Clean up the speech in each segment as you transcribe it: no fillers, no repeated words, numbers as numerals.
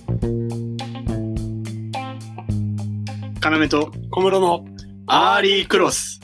かなめと小室のアーリークロス。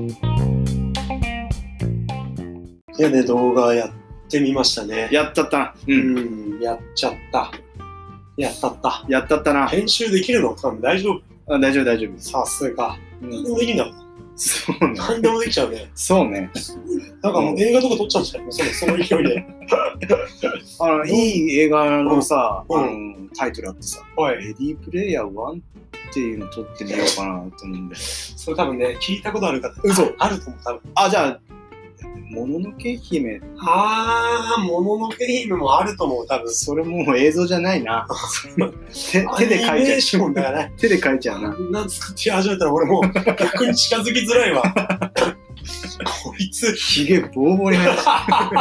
いやね、動画やってみましたね。 やったったな。 やっちゃった。やったった。 やったったな。 編集できるのかな？大丈夫？ 大丈夫大丈夫。 さすが。何でもできんだもん。 そうね。 何でもできちゃうね。 そうね。 なんかもう映画とか撮っちゃうんじゃない？その勢いで。 いい映画のさ、 うんタイトルあってさ、 はい。 レディープレイヤー1っていうの撮ってみようかなと思うんで。 それ多分ね、聞いたことある方。 嘘。 あると思う、多分。 あ、じゃあ、もののけ姫。 もののけ姫もあると思う、多分。 それもう映像じゃないな。手で描アニメーいちゃう。 ションだからね。 手で描いちゃうな。 なん作って始めたら俺もう逆に近づきづらいわ。こいつ。 ひげボーボーに入って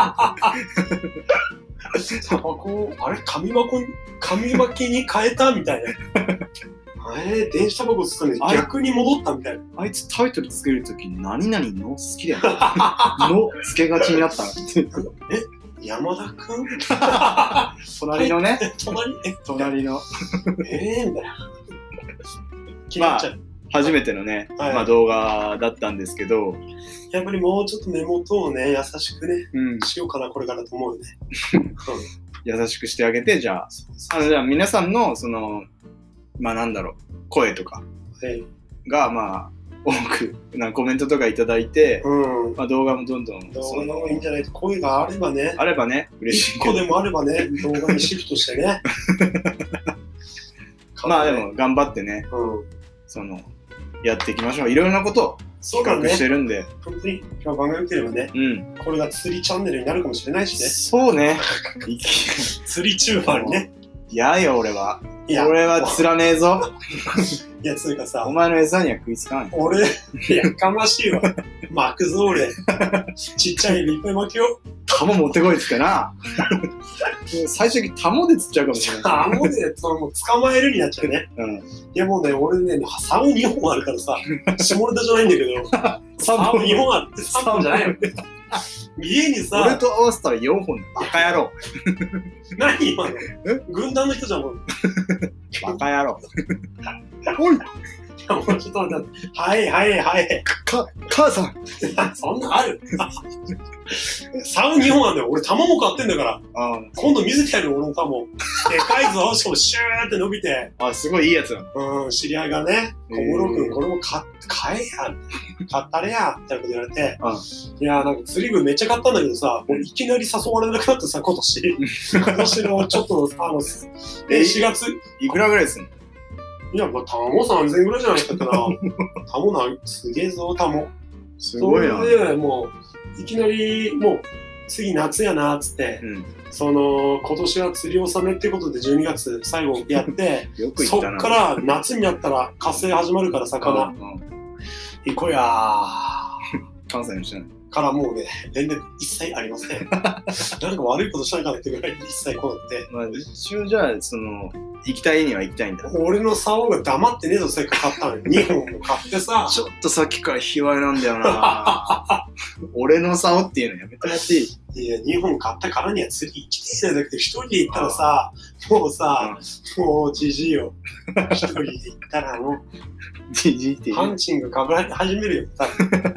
タバコ、あれ紙巻きに変えたみたいな。電子タバコ吸ったのに逆に戻ったみたいな。 あいつタイトルつけるとき何々の好きだよ。のつけがちになったの。 山田くん隣のね。 隣の。 みたいな。気になっちゃう。 初めてのね、 はい動画だったんですけど、 やっぱりもうちょっと目元をね、優しくね、 うん、 しようかな、これからと思うよね。 優しくしてあげて、じゃあ皆さんの、なんだろう、声とかが、多くコメントとかいただいて、動画もどんどん。 動画の方がいいんじゃないと、声があればね。 あればね、嬉しい。 1個でもあればね、動画にシフトしてね。 でも、頑張ってね、やっていきましょう。いろいろなことを企画してるんで。 本当に、今番組見てればね、これが釣りチャンネルになるかもしれないしね。 そうね。 釣りチューバーにね。 嫌よ、俺は。俺は釣らねえぞ。 いや、つうかさ、 お前の餌には食いつかない。 俺、やかましいわ。巻くぞ、俺。ちっちゃいエビいっぱい巻くよ。 タモ持ってこいっつってな。最終的にタモで釣っちゃうかもしれない。 タモで、もう捕まえるになっちゃうね。いや、もうね、俺ね、竿2本あるからさ、下ネタじゃないんだけど、竿2本あって3本じゃないよ。家にさ、 俺と合わせたら4本だ。バカ野郎。 何今の？軍団の人じゃん、もう。 バカ野郎。おい。 もうちょっと待って。はい。 母さん。 そんなある？竿2本あんだよ。俺、玉も買ってんだから。今度見せてやるよ、俺の玉。でかいぞ、しかもシューって伸びて。 すごいいいやつだ。 知り合いがね、小室くん、これも買えや。買ったれや。みたいなこと言われて。いや、なんか釣り具めっちゃ買ったんだけどさ、いきなり誘われなくなってさ、今年。今年のちょっと、4月。 いくらぐらいすんの？ いや、タモ3000円ぐらいじゃないかってな。タモすげえぞ、タモ。 すごいな。 それで、もう、いきなり、もう、次夏やな、つって、今年は釣り納めってことで12月最後やって、そっから夏になったら活性始まるから、魚。行こうやー。 関西の人ね。 からもうね、連絡一切ありません。なんか悪いことしないかなってぐらい一切来なくて。 一応じゃあ、行きたいには行きたいんだ。 俺の竿が黙ってねえぞ、せっかく買ったのに。2本も買ってさ。 ちょっとさっきから卑猥なんだよな。俺の竿っていうのやめてもらっていい？ いや、2本買ったからには釣り行きてえじゃなくて、1人で行ったらさ、もうさ、もうじじいよ。1人で行ったらもう、 じじいってハンチングかぶられ始めるよ、多分。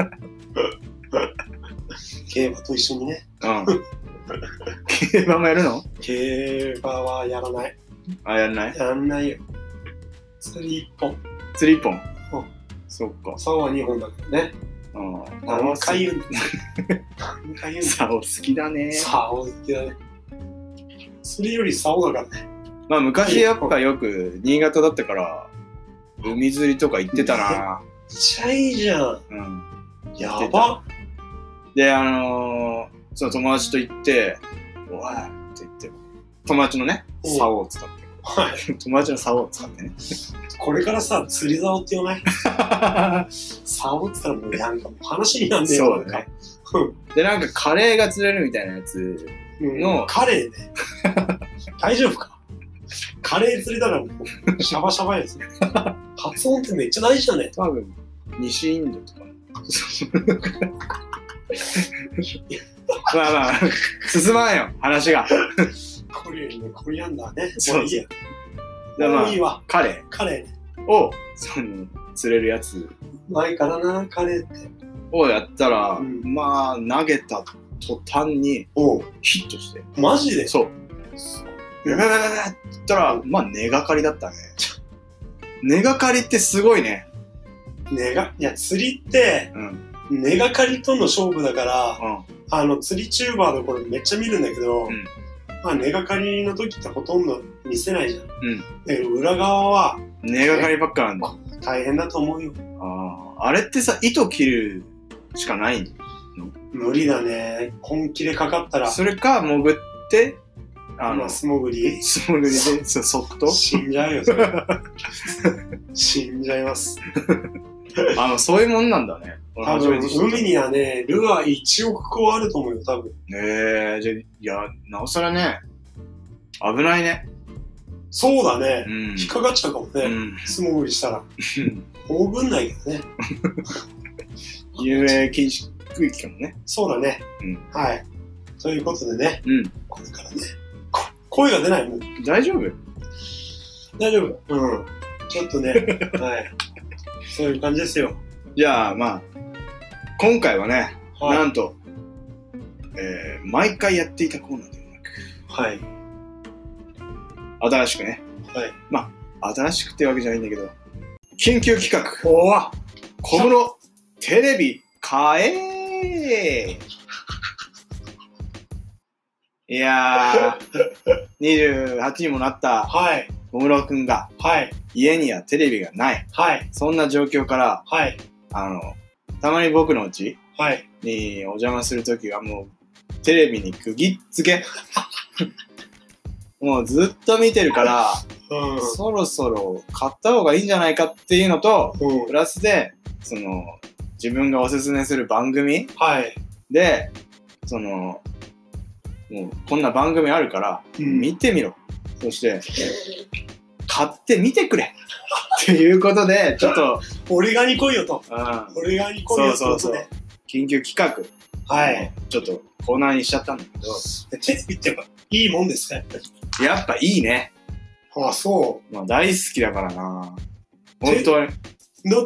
競馬と一緒にね。 競馬もやるの？ 競馬はやらない。 やらない？ やらないよ。釣り1本。 釣り1本？そっか。 竿は2本だけどね。何回言うんだ。何回言うんだ。 竿好きだね。 竿好きだね。釣りより竿だからね。 昔やっぱよく新潟だったから、海釣りとか行ってたな。 めっちゃいいじゃん。やば。 で、その友達と行って、おいって言って、友達のね、竿を使って。友達の竿を使ってね。 これからさ、釣り竿って言わない竿って言ったらもうなんかもう話になんねえよ。 そうだね。で、なんかカレーが釣れるみたいなやつの。 カレーね。大丈夫か？カレー釣りだからもう、シャバシャバやつ。発音ってめっちゃ大事だね。 多分、西インドとか。進まんよ、話が。 コリアンダーね。 そういや。 いいわ。 カレーね。 を、釣れるやつ。 うまいからな、カレーって。 をやったら、まあ、投げた途端に、ヒットして。 マジで？ そう。って言ったら、まあ、根がかりだったね。根がかりってすごいね。 いや、釣りって、根がかりとの勝負だから、釣りチューバーのこれめっちゃ見るんだけど、まあ、根がかりの時ってほとんど見せないじゃん。だけど、裏側は、 根がかりばっかなんだ。 大変だと思うよ。 あれってさ、糸切るしかないの？ 無理だね。本気でかかったら。 それか、潜って、 素潜り素潜りで、そっと死んじゃうよ、それ。死んじゃいます。 そういうもんなんだね。 多分、海にはね、ルアー1億個あると思うよ、多分。 じゃあ、いや、なおさらね、危ないね。 そうだね。引っかかっちゃうかもね。素潜りしたら。潜んないけどね。 遊泳禁止区域かもね。 そうだね。はい。ということでね。これからね。声が出ないもん。 大丈夫？ 大丈夫。ちょっとね。はい。そういう感じですよ。 じゃあ、まあ、今回はね、なんと、毎回やっていたコーナーではなく、 はい。 新しくね。 はい。 まあ、新しくってわけじゃないんだけど、緊急企画。小室、テレビ、買えー！いやー、28にもなった、小室くんが、家にはテレビがない。そんな状況から、たまに僕の家にお邪魔するときはもう、テレビに釘付け。もうずっと見てるから、そろそろ買った方がいいんじゃないかっていうのと、プラスで、自分がおすすめする番組で、もうこんな番組あるから、見てみろ。そして、買ってみてくれっていうことで、ちょっと。 俺側に来いよと。俺側に来いよと。 そう。緊急企画。ちょっとコーナーにしちゃったんだけど。 テレビってやっぱいいもんですか？ やっぱいいね。 そう。 まあ大好きだからな。本当に。 だって、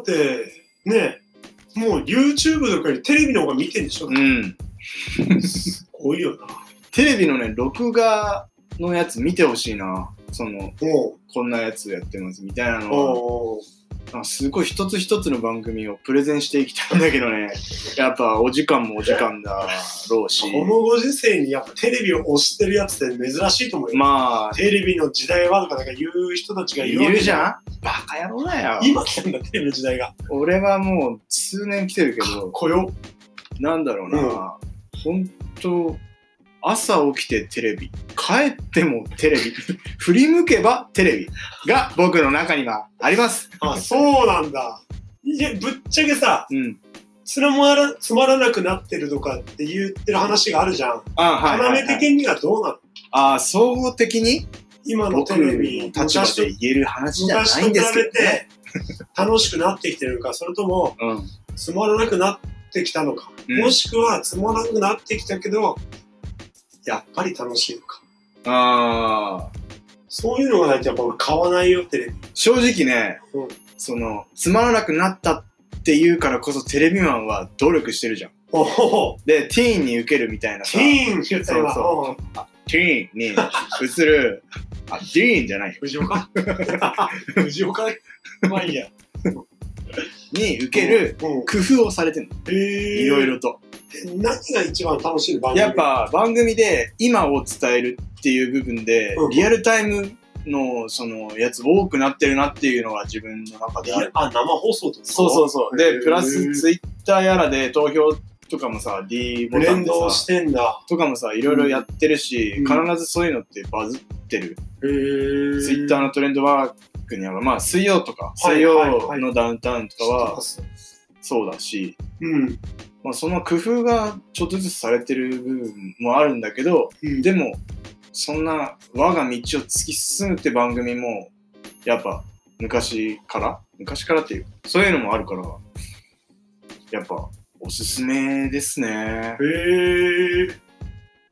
ね、もう YouTube とかよりテレビの方が見てんでしょ？すごいよな。 テレビのね、録画のやつ見てほしいな。こんなやつやってますみたいなのは、すごい一つ一つの番組をプレゼンしていきたいんだけどね。やっぱお時間もお時間だろうし。 このご時世にやっぱテレビを推してるやつって珍しいと思うよ。 まあ。 テレビの時代はとかなんか言う人たちがいるわけじゃん。バカ野郎だよ。 今来たんだ、テレビの時代が。 俺はもう数年来てるけど。なんだろうな。ほんと、朝起きてテレビ、帰ってもテレビ、振り向けばテレビが僕の中にはあります。 そうなんだ。いや、ぶっちゃけさ、つまらなくなってるとかって言ってる話があるじゃん。要的にはどうなの？総合的に今のテレビ、 立場で言える話じゃないんですけど、ね。昔と比べて楽しくなってきてるのか、それとも、つまらなくなってきたのか、もしくはつまらなくなってきたけど、やっぱり楽しいのか。そういうのがないとやっぱ俺買わないよ、テレビ。 正直ね、つまらなくなったっていうからこそテレビマンは努力してるじゃん。で、ティーンに受けるみたいなさ。 ティーン言ったよ。ティーンに移る、ティーンじゃないよ。 藤岡藤岡まあいいや。 に受ける工夫をされてるの。いろいろと。 何が一番楽しい番組？ やっぱ番組で今を伝えるっていう部分で、リアルタイムのやつ多くなってるなっていうのが自分の中である。 生放送とか？ そう。で、プラスツイッターやらで投票とかもさ、D ボタンでさ、 連動してんだ。 とかもさ、いろいろやってるし、必ずそういうのってバズってる。ツイッターのトレンドワークには、まあ水曜のダウンタウンとかは、そうだし、まあ、その工夫がちょっとずつされてる部分もあるんだけど、でもそんな我が道を突き進むって番組もやっぱ昔からっていうそういうのもあるからやっぱおすすめですね。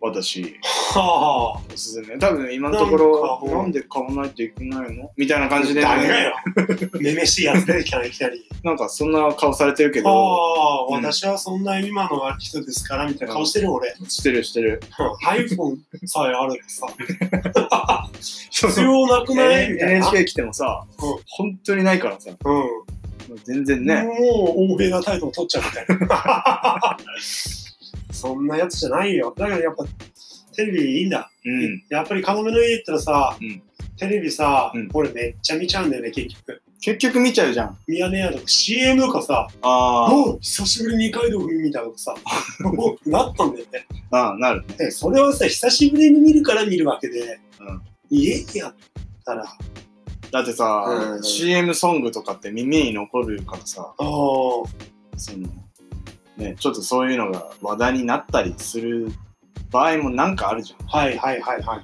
私。 はおすすめ。多分今のところ、なんで買わないといけないのみたいな感じで。 誰がよ。めめしいやつ出てきたね、いきなり。 なんかそんな顔されてるけど。 私はそんな今の人ですから、みたいな顔してる俺。 してるしてる。 iPhone さえあるってさ。必要なくないみたいな。 NHK 来てもさ、本当にないからさ。全然ね。 もう欧米な態度を取っちゃうみたいな。そんなやつじゃないよ。だからやっぱテレビいいんだ。やっぱり要の家行ったらさ、テレビさ、俺めっちゃ見ちゃうんだよね、結局。 結局見ちゃうじゃん。 ミヤネ屋とか CM とかさ、久しぶりに二階堂ふみ見たとかさ、なったんだよね。 なるね。 それはさ、久しぶりに見るから見るわけで、家にやったら。 だってさ、CM ソングとかって耳に残るからさ、ね、ちょっとそういうのが話題になったりする場合もなんかあるじゃん。 はいはいはいはいはい。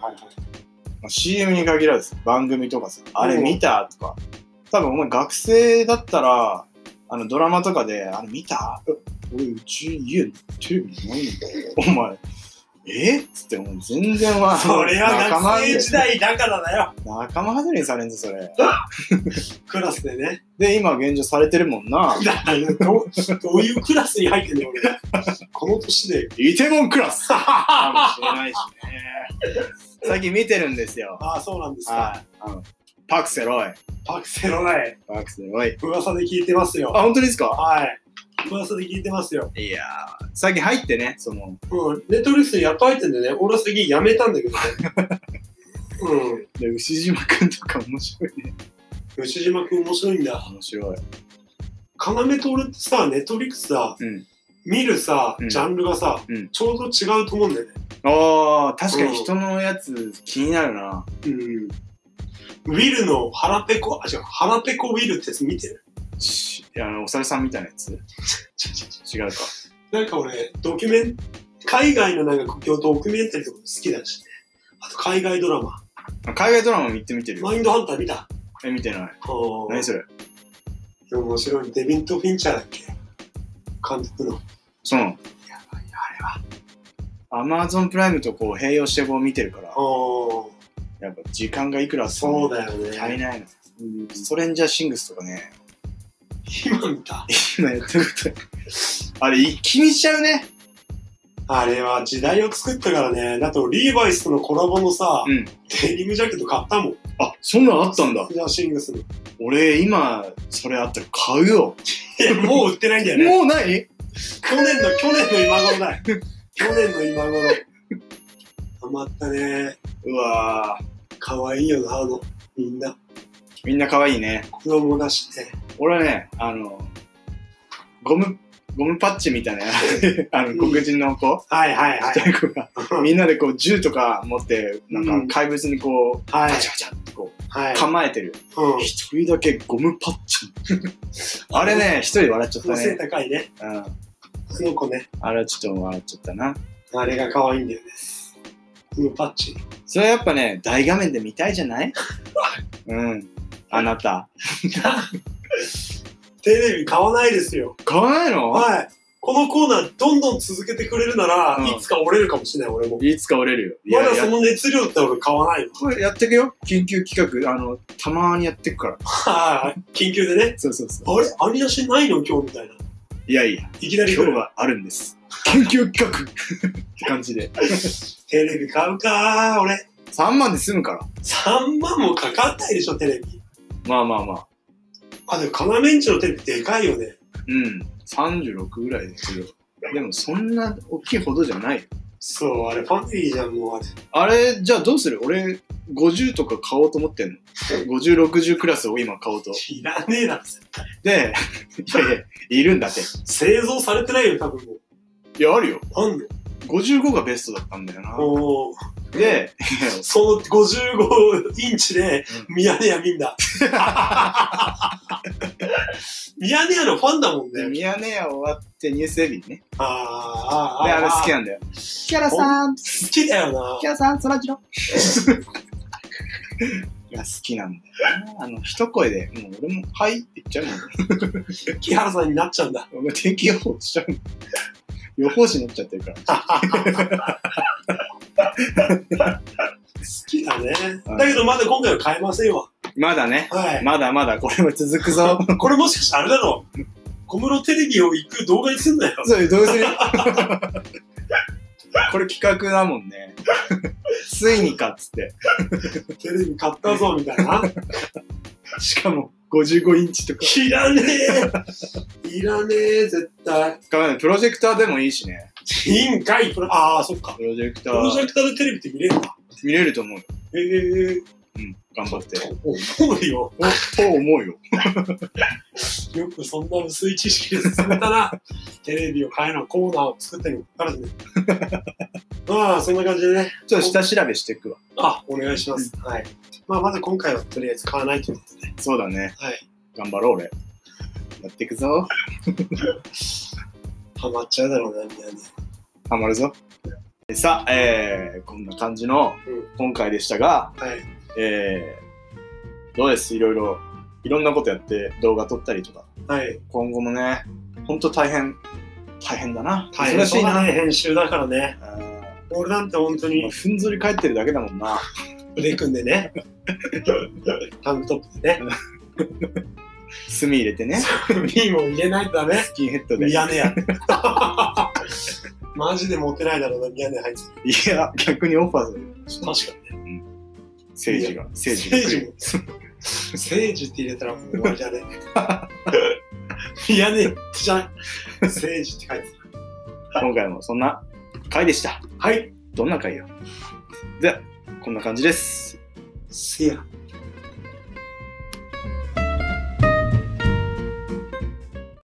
CM に限らず番組とかさ、あれ見たとか。多分お前学生だったら、ドラマとかで、あれ見た？俺うち家テレビないんだよ。お前、っつってもう全然は。 それは学生時代だからだよ。 仲間外れにされんぞ、それ。 クラスでね。 で、今現状されてるもんな。 どういうクラスに入ってんだよ、俺。この年で。 イテモンクラスかもしれないしね。最近見てるんですよ。 そうなんですか。 パクセロイ。 パクセロイ。 パクセロイ。 噂で聞いてますよ。 本当ですか？ はい。噂で聞いてますよ。 いやー、最近入ってね、 ネットフリックスにやっと入ってんでね、俺は最近やめたんだけどね。 で、牛島くんとか面白いね。 牛島くん面白いんだ。 面白い。 要徹ってさ、ネットフリックスさ、見るさ、ジャンルがさ、ちょうど違うと思うんだよね。 確かに人のやつ気になるな。 ウィルの腹ペコウィルってやつ見てる？ お猿さんみたいなやつ？違うか。 なんか俺、海外のなんかドキュメンタリーとかも好きだしね。あと海外ドラマ。 海外ドラマ見てみてるよ。 マインドハンター見た？ 見てない。何それ？ 面白い。デビッド・フィンチャーだっけ？監督の。 そうなの？やばい、あれは。Amazon プライムと併用して見てるから。やっぱ時間がいくらそうだよね。 足りないの。ストレンジャーシングスとかね。 今見た？ 今やったこと。あれ一気見しちゃうね。 あれは時代を作ったからね。だとリーバイスとのコラボのさ、デニムジャケット買ったもん。 そんなのあったんだ。 ストレンジャーシングスの。俺今それあったら買うよ。 いや、もう売ってないんだよね。 もうない？ 去年の今頃だよ。去年の今頃。ハマったね。 うわー。かわいいよな、 みんなかわいいね。 子供だしね。 俺はね、ゴムパッチみたいな、黒人の子、ちっちゃい子が、みんなで銃とか持って、なんか怪物にパチパチって構えてる。一人だけゴムパッチ。あれね、一人笑っちゃったね。 背高いね。その子ね。 あれはちょっと笑っちゃったな。 あれが可愛いんだよね。ゴムパッチ。 それはやっぱね、大画面で見たいじゃない？あなた。 テレビ買わないですよ。 買わないの？ はい。このコーナーどんどん続けてくれるなら、いつか折れるかもしれない、俺も。 いつか折れるよ。 まだその熱量だったら俺買わないの。 これやってくよ。緊急企画、たまーにやってくから。 はい。緊急でね。 そう。 あれあり出しないの今日みたいな。 いや。いきなり今日はあるんです。緊急企画って感じで。 テレビ買うかー、俺。 3万で済むから。 3万もかかんないでしょ、テレビ。 まあ。 でも、要んちのテレビでかいよね。 36ぐらいですけど。でも、そんな大きいほどじゃないよ。 そう、あれ、ファミリーじゃん、もうあれ、じゃあどうする？俺、50とか買おうと思ってんの。50、60クラスを今買おうと。 いらねえな、絶対。 で、いるんだって。 製造されてないよ、多分もう。 いや、あるよ。 あんの？ 55がベストだったんだよな。で、 その55インチで、ミヤネ屋見んだ。ミヤネ屋のファンだもんね。 ミヤネ屋終わってニュースエビね。で、 あれ好きなんだよ。キャラさん。 好きだよな。 キャラさん、そらジロ。いや、好きなんだよな。一声で、もう俺も、はいって言っちゃうもん。 木原さんになっちゃうんだ。 俺天気予報しちゃう。予報士になっちゃってるから。 きだね。だけどまだ今回は買えませんわ。 まだね。 はい。 まだまだこれも続くぞ。 これもしかしてあれだろう。小室テレビを行く動画にすんなよ。 そういう動画する。これ企画だもんね。ついにかっつって。 テレビ買ったぞみたいな。 しかも55インチとか。 いらねえ。いらねえ、絶対。 プロジェクターでもいいしね。 いいんかい、ああ、そっか。 プロジェクター。 プロジェクターでテレビって見れるか。 見れると思うよ。うん、頑張って。 思うよ。 と思うよ。 よくそんな薄い知識で進めたな。テレビを買えのコーナーを作ってるからね。まあ、そんな感じでね。 ちょっと下調べしていくわ。 あ、お願いします。はい。まあ、まず今回はとりあえず買わないということで。 そうだね。 はい。 頑張ろう、俺。やっていくぞ。 ハマっちゃうだろうな、みたいな。 ハマるぞ。さあ、こんな感じの今回でしたが、 はい。 どうです？いろんなことやって動画撮ったりとか。 はい。 今後もね、ほんと大変だな。 大変そうだね、編集だからね。俺なんて本当に。 ふんぞり返ってるだけだもんな。 腕組んでね。タンクトップでね。 墨入れてね。 墨も入れないとダメ。 スキンヘッドで。 ミヤネ屋。マジでモテないだろうな、ミヤネ入ってる。いや、逆にオファーする。 確かにね。 政治が。 政治って入れたらもう終わりじゃねえ。ミヤネじゃん。政治って書いてた。今回もそんな回でした。 はい。 どんな回よ。では、こんな感じです。 See ya.